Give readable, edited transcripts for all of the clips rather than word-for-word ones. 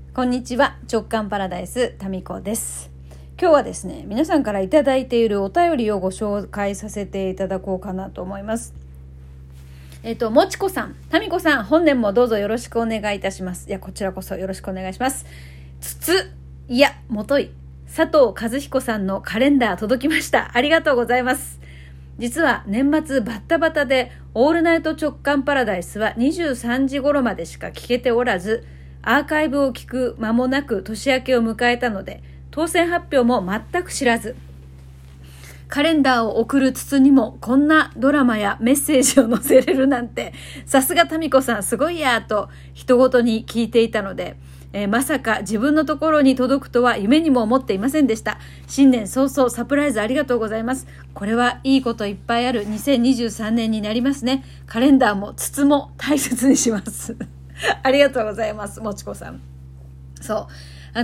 こんにちは。直感パラダイスタミコです。今日はですね、皆さんからいただいているお便りをご紹介させていただこうかなと思います。もちこさん、タミコさん、本年もどうぞよろしくお願いいたします。いや、こちらこそよろしくお願いします。もとい佐藤和彦さんのカレンダー届きました。ありがとうございます。実は年末バッタバタでオールナイト直感パラダイスは23時頃までしか聞けておらず、アーカイブを聞く間もなく年明けを迎えたので、当選発表も全く知らず、カレンダーを送る筒にもこんなドラマやメッセージを載せれるなんて、さすがタミコさんすごいやと人ごとに聞いていたので、まさか自分のところに届くとは夢にも思っていませんでした。新年早々サプライズありがとうございます。これはいいこといっぱいある2023年になりますね。カレンダーも筒も大切にしますありがとうございます、もちこさん。そう。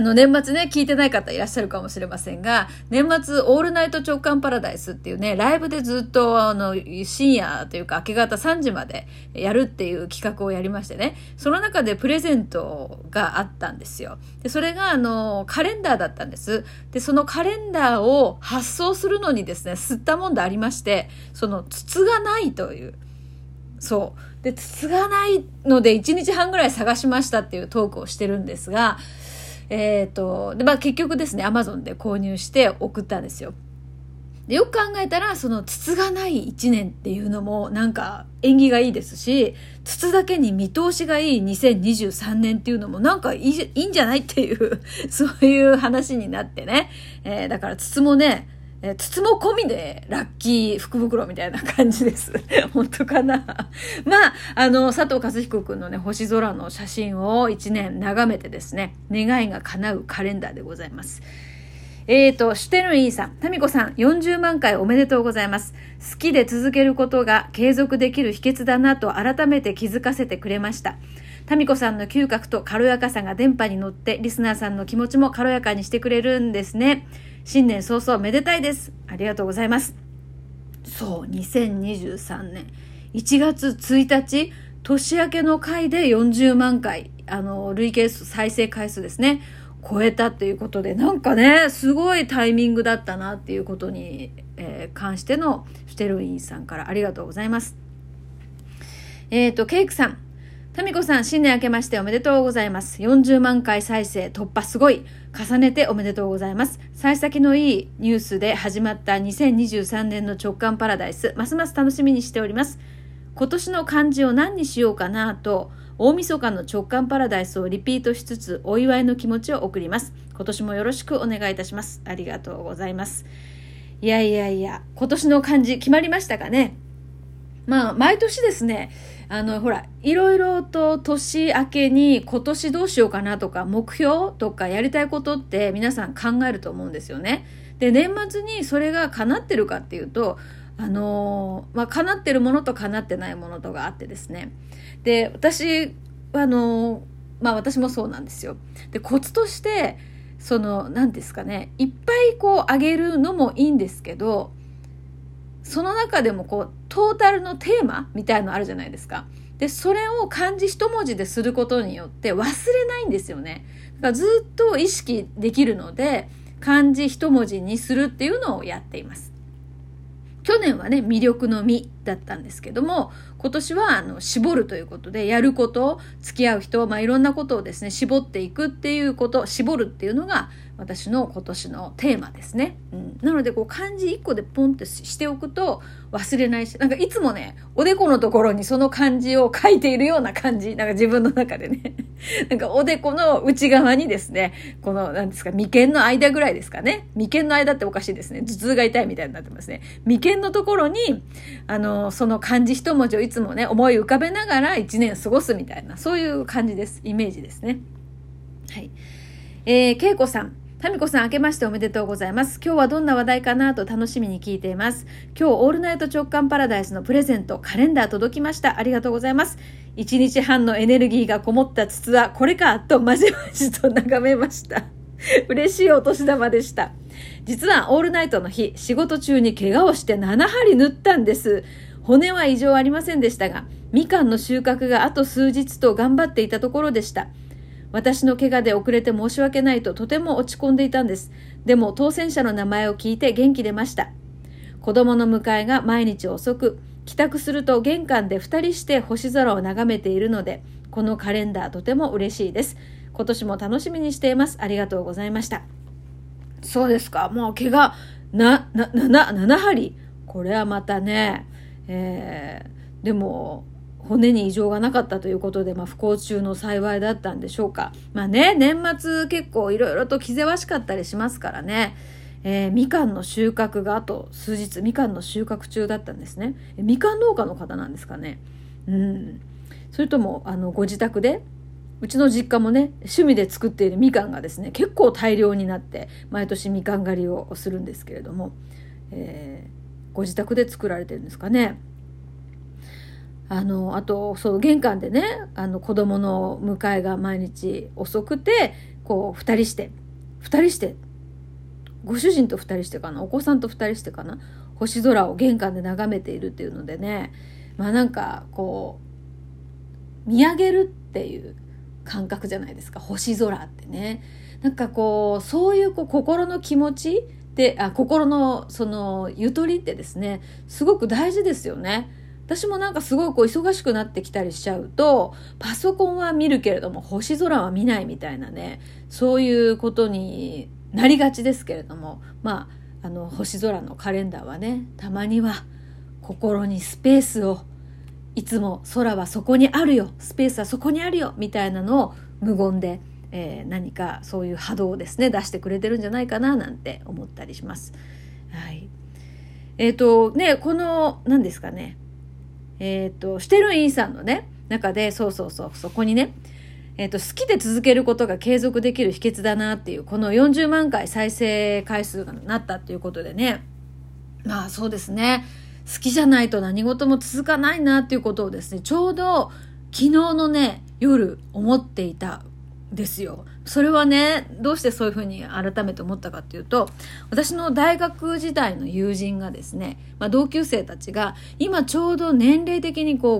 年末ね、聞いてない方いらっしゃるかもしれませんが、年末オールナイト直感パラダイスっていうね、ライブでずっと深夜というか明け方3時までやるっていう企画をやりましてね、その中でプレゼントがあったんですよ。で、それがカレンダーだったんです。で、そのカレンダーを発送するのにですね、吸ったもんでありまして、その筒がないという。そう。で、筒がないので1日半ぐらい探しましたっていうトークをしてるんですが、結局ですね、Amazon で購入して送ったんですよ。で、よく考えたら、その筒がない1年っていうのもなんか縁起がいいですし、筒だけに見通しがいい2023年っていうのもなんかいいんじゃないっていうそういう話になってね。だから筒もね、筒も込みでラッキー福袋みたいな感じです。本当かな佐藤和彦くんのね、星空の写真を1年眺めてですね、願いが叶うカレンダーでございます。シュテルンイーさん、タミコさん、40万回おめでとうございます。好きで続けることが継続できる秘訣だなと改めて気づかせてくれました。タミコさんの嗅覚と軽やかさが電波に乗って、リスナーさんの気持ちも軽やかにしてくれるんですね。新年早々めでたいです。ありがとうございます。そう、2023年1月1日、年明けの回で40万回、累計再生回数ですね、超えたということで、なんかね、すごいタイミングだったなっていうことに、関してのシュテルインさんからありがとうございます。ケイクさん、タミコさん、新年明けましておめでとうございます。40万回再生突破、すごい。重ねておめでとうございます。幸先のいいニュースで始まった2023年の直感パラダイス、ますます楽しみにしております。今年の漢字を何にしようかなと、大晦日の直感パラダイスをリピートしつつ、お祝いの気持ちを送ります。今年もよろしくお願いいたします。ありがとうございます。いや、今年の漢字決まりましたかね。毎年ですね、いろいろと年明けに今年どうしようかなとか、目標とかやりたいことって皆さん考えると思うんですよね。で、年末にそれが叶ってるかっていうと、叶ってるものと叶ってないものとがあってですね。で、私私もそうなんですよ。で、コツとして、何ですかね、いっぱいあげるのもいいんですけど、その中でもトータルのテーマみたいのあるじゃないですか。で、それを漢字一文字ですることによって忘れないんですよね。だからずっと意識できるので、漢字一文字にするっていうのをやっています。去年はね、魅力の実だったんですけども、今年は絞るということで、やること、付き合う人、いろんなことをですね、絞っていくっていうこと、絞るっていうのが私の今年のテーマですね。なので漢字1個でポンってしておくと忘れないし、なんかいつもね、おでこのところにその漢字を書いているような感じ、なんか自分の中でね、なんかおでこの内側にですね、何ですか、眉間の間ぐらいですかね。眉間の間っておかしいですね。頭痛が痛いみたいになってますね。眉間のところに、その漢字一文字をいつもね、思い浮かべながら一年過ごすみたいな、そういう感じです。イメージですね。はい。ケイコさん。タミコさん、明けましておめでとうございます。今日はどんな話題かなと楽しみに聞いています。今日、オールナイト直感パラダイスのプレゼント、カレンダー届きました。ありがとうございます。1日半のエネルギーがこもった筒はこれかとまじまじと眺めました。嬉しいお年玉でした。実はオールナイトの日、仕事中に怪我をして7針縫ったんです。骨は異常ありませんでしたが、みかんの収穫があと数日と頑張っていたところでした。 私の怪我で遅れて申し訳ないととても落ち込んでいたんです。でも当選者の名前を聞いて元気出ました。子供の迎えが毎日遅く、帰宅すると玄関で2人して星空を眺めているので、このカレンダーとても嬉しいです。今年も楽しみにしています。ありがとうございました。そうですか。もう怪我7針。これはまたね、でも骨に異常がなかったということで、不幸中の幸いだったんでしょうか。年末結構いろいろと気ぜわしかったりしますからね。みかんの収穫があと数日、みかんの収穫中だったんですね。みかん農家の方なんですかね。それともご自宅で、うちの実家もね、趣味で作っているみかんがですね、結構大量になって毎年みかん狩りをするんですけれども、ご自宅で作られてるんですかね。あとそう玄関でね、子供の迎えが毎日遅くて、こう2人してご主人と2人してかな、お子さんと2人してかな、星空を玄関で眺めているっていうのでね、なんかこう見上げるっていう感覚じゃないですか、星空ってね。なんかこうそういう心の気持ちで、心のそのゆとりってですね、すごく大事ですよね。私もなんかすごい忙しくなってきたりしちゃうと、パソコンは見るけれども星空は見ないみたいなね、そういうことになりがちですけれども、星空のカレンダーはね、たまには心にスペースを、いつも空はそこにあるよ、スペースはそこにあるよみたいなのを無言で、何かそういう波動をですね出してくれてるんじゃないかななんて思ったりします。はい。この何ですかね、シュテルンインさんのね中で、そこにね、好きで続けることが継続できる秘訣だなっていう、この40万回再生回数がなったっていうことでね、そうですね、好きじゃないと何事も続かないなっていうことをですね、ちょうど昨日のね夜思っていたんですよ。それはね、どうしてそういうふうに改めて思ったかっていうと、私の大学時代の友人がですね、同級生たちが今ちょうど年齢的にこう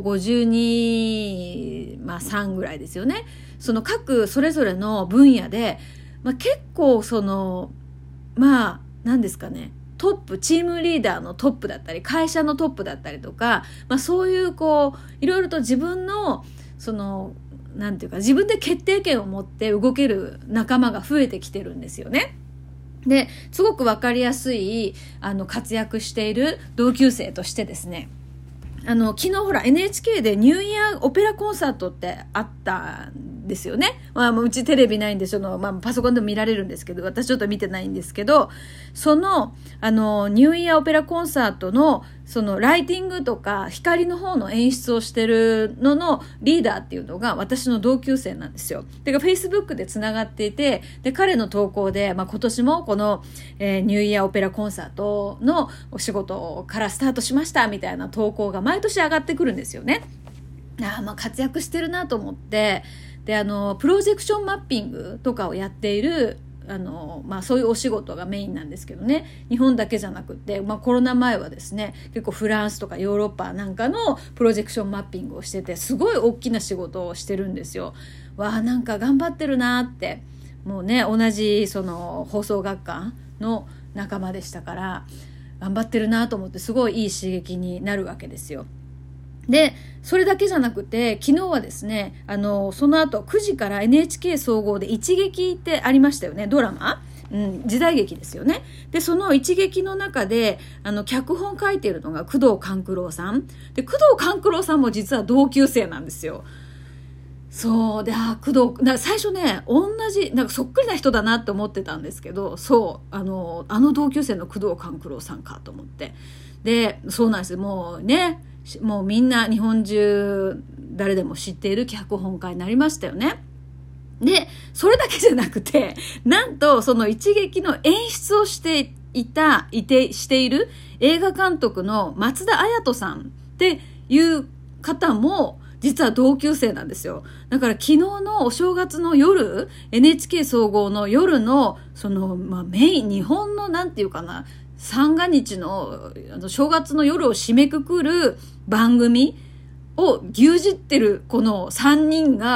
52、3ぐらいですよね。その各それぞれの分野で、結構その何ですかね、トップ、チームリーダーのトップだったり、会社のトップだったりとか、そういういろいろと自分のそのなんていうか、自分で決定権を持って動ける仲間が増えてきてるんですよね。で、すごくわかりやすい活躍している同級生としてですね、昨日ほら NHK でニューイヤーオペラコンサートってあったんですよね。うちテレビないんでパソコンでも見られるんですけど、私ちょっと見てないんですけど、そのニューイヤーオペラコンサートのそのライティングとか光の方の演出をしてるののリーダーっていうのが私の同級生なんですよ。で、Facebook でつながっていて、で彼の投稿で、今年もこの、ニューイヤーオペラコンサートのお仕事からスタートしましたみたいな投稿が毎年上がってくるんですよね。活躍してるなと思って、でプロジェクションマッピングとかをやっているそういうお仕事がメインなんですけどね、日本だけじゃなくて、コロナ前はですね、結構フランスとかヨーロッパなんかのプロジェクションマッピングをしてて、すごい大きな仕事をしてるんですよ。なんか頑張ってるなって、もうね、同じその放送学科の仲間でしたから、頑張ってるなと思って、すごいいい刺激になるわけですよ。で、それだけじゃなくて、昨日はですね、その後9時から NHK 総合で一撃ってありましたよね、ドラマ、時代劇ですよね。で、その一撃の中で脚本書いているのが宮藤官九郎さんで、宮藤官九郎さんも実は同級生なんですよ。そうで、工藤、最初ね、同じなんかそっくりな人だなって思ってたんですけど、そうあの同級生の工藤官九郎さんかと思って、で、そうなんですよ。もうみんな日本中誰でも知っている脚本家になりましたよね。で、それだけじゃなくて、なんとその一撃の演出をしている映画監督の松田綾人さんっていう方も実は同級生なんですよ。だから昨日のお正月の夜、NHK 総合の夜のそのメイン、日本のなんていうかな、三が日の正月の夜を締めくくる番組を牛耳ってるこの3人が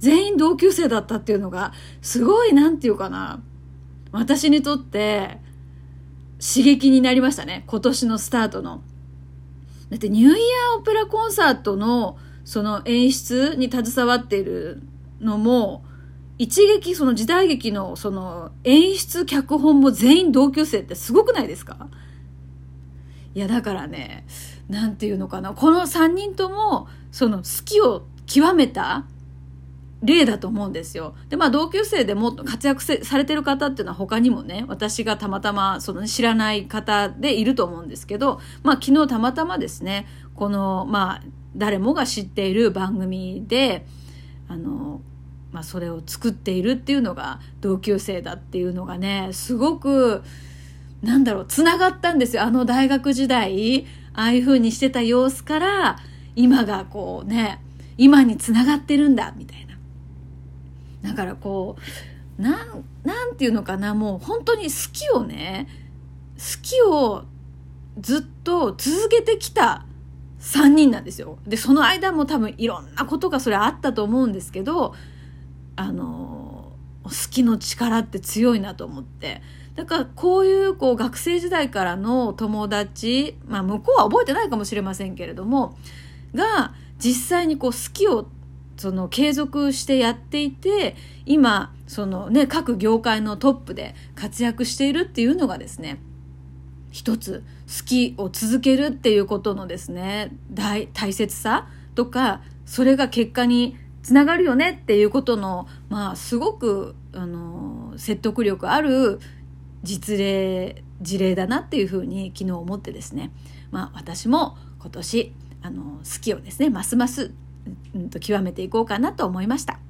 全員同級生だったっていうのがすごい、なんていうかな、私にとって刺激になりましたね、今年のスタートの。だってニューイヤーオペラコンサートのその演出に携わっているのも、一劇その時代劇のその演出脚本も全員同級生ってすごくないですか？いやだからね、なんていうのかな、この3人ともその好きを極めた例だと思うんですよ。で同級生でもっと活躍されてる方っていうのは他にもね、私がたまたまその知らない方でいると思うんですけど、昨日たまたまですね、この誰もが知っている番組でそれを作っているっていうのが同級生だっていうのがね、すごくつながったんですよ。大学時代ああいう風にしてた様子から今がこうね、今につながってるんだみたいな。だからこうなんていうのかな、もう本当に好きをずっと続けてきた3人なんですよ。でその間も多分いろんなことがそれあったと思うんですけど、好きの力って強いなと思って、だからこういう学生時代からの友達、向こうは覚えてないかもしれませんけれどもが実際に好きをその継続してやっていて、今そのね、各業界のトップで活躍しているっていうのがですね、一つ好きを続けるっていうことのですね、大切さとか、それが結果につながるよねっていうことのすごく説得力ある事例だなっていうふうに昨日思ってですね、私も今年好きをですね、ますます極めていこうかなと思いました。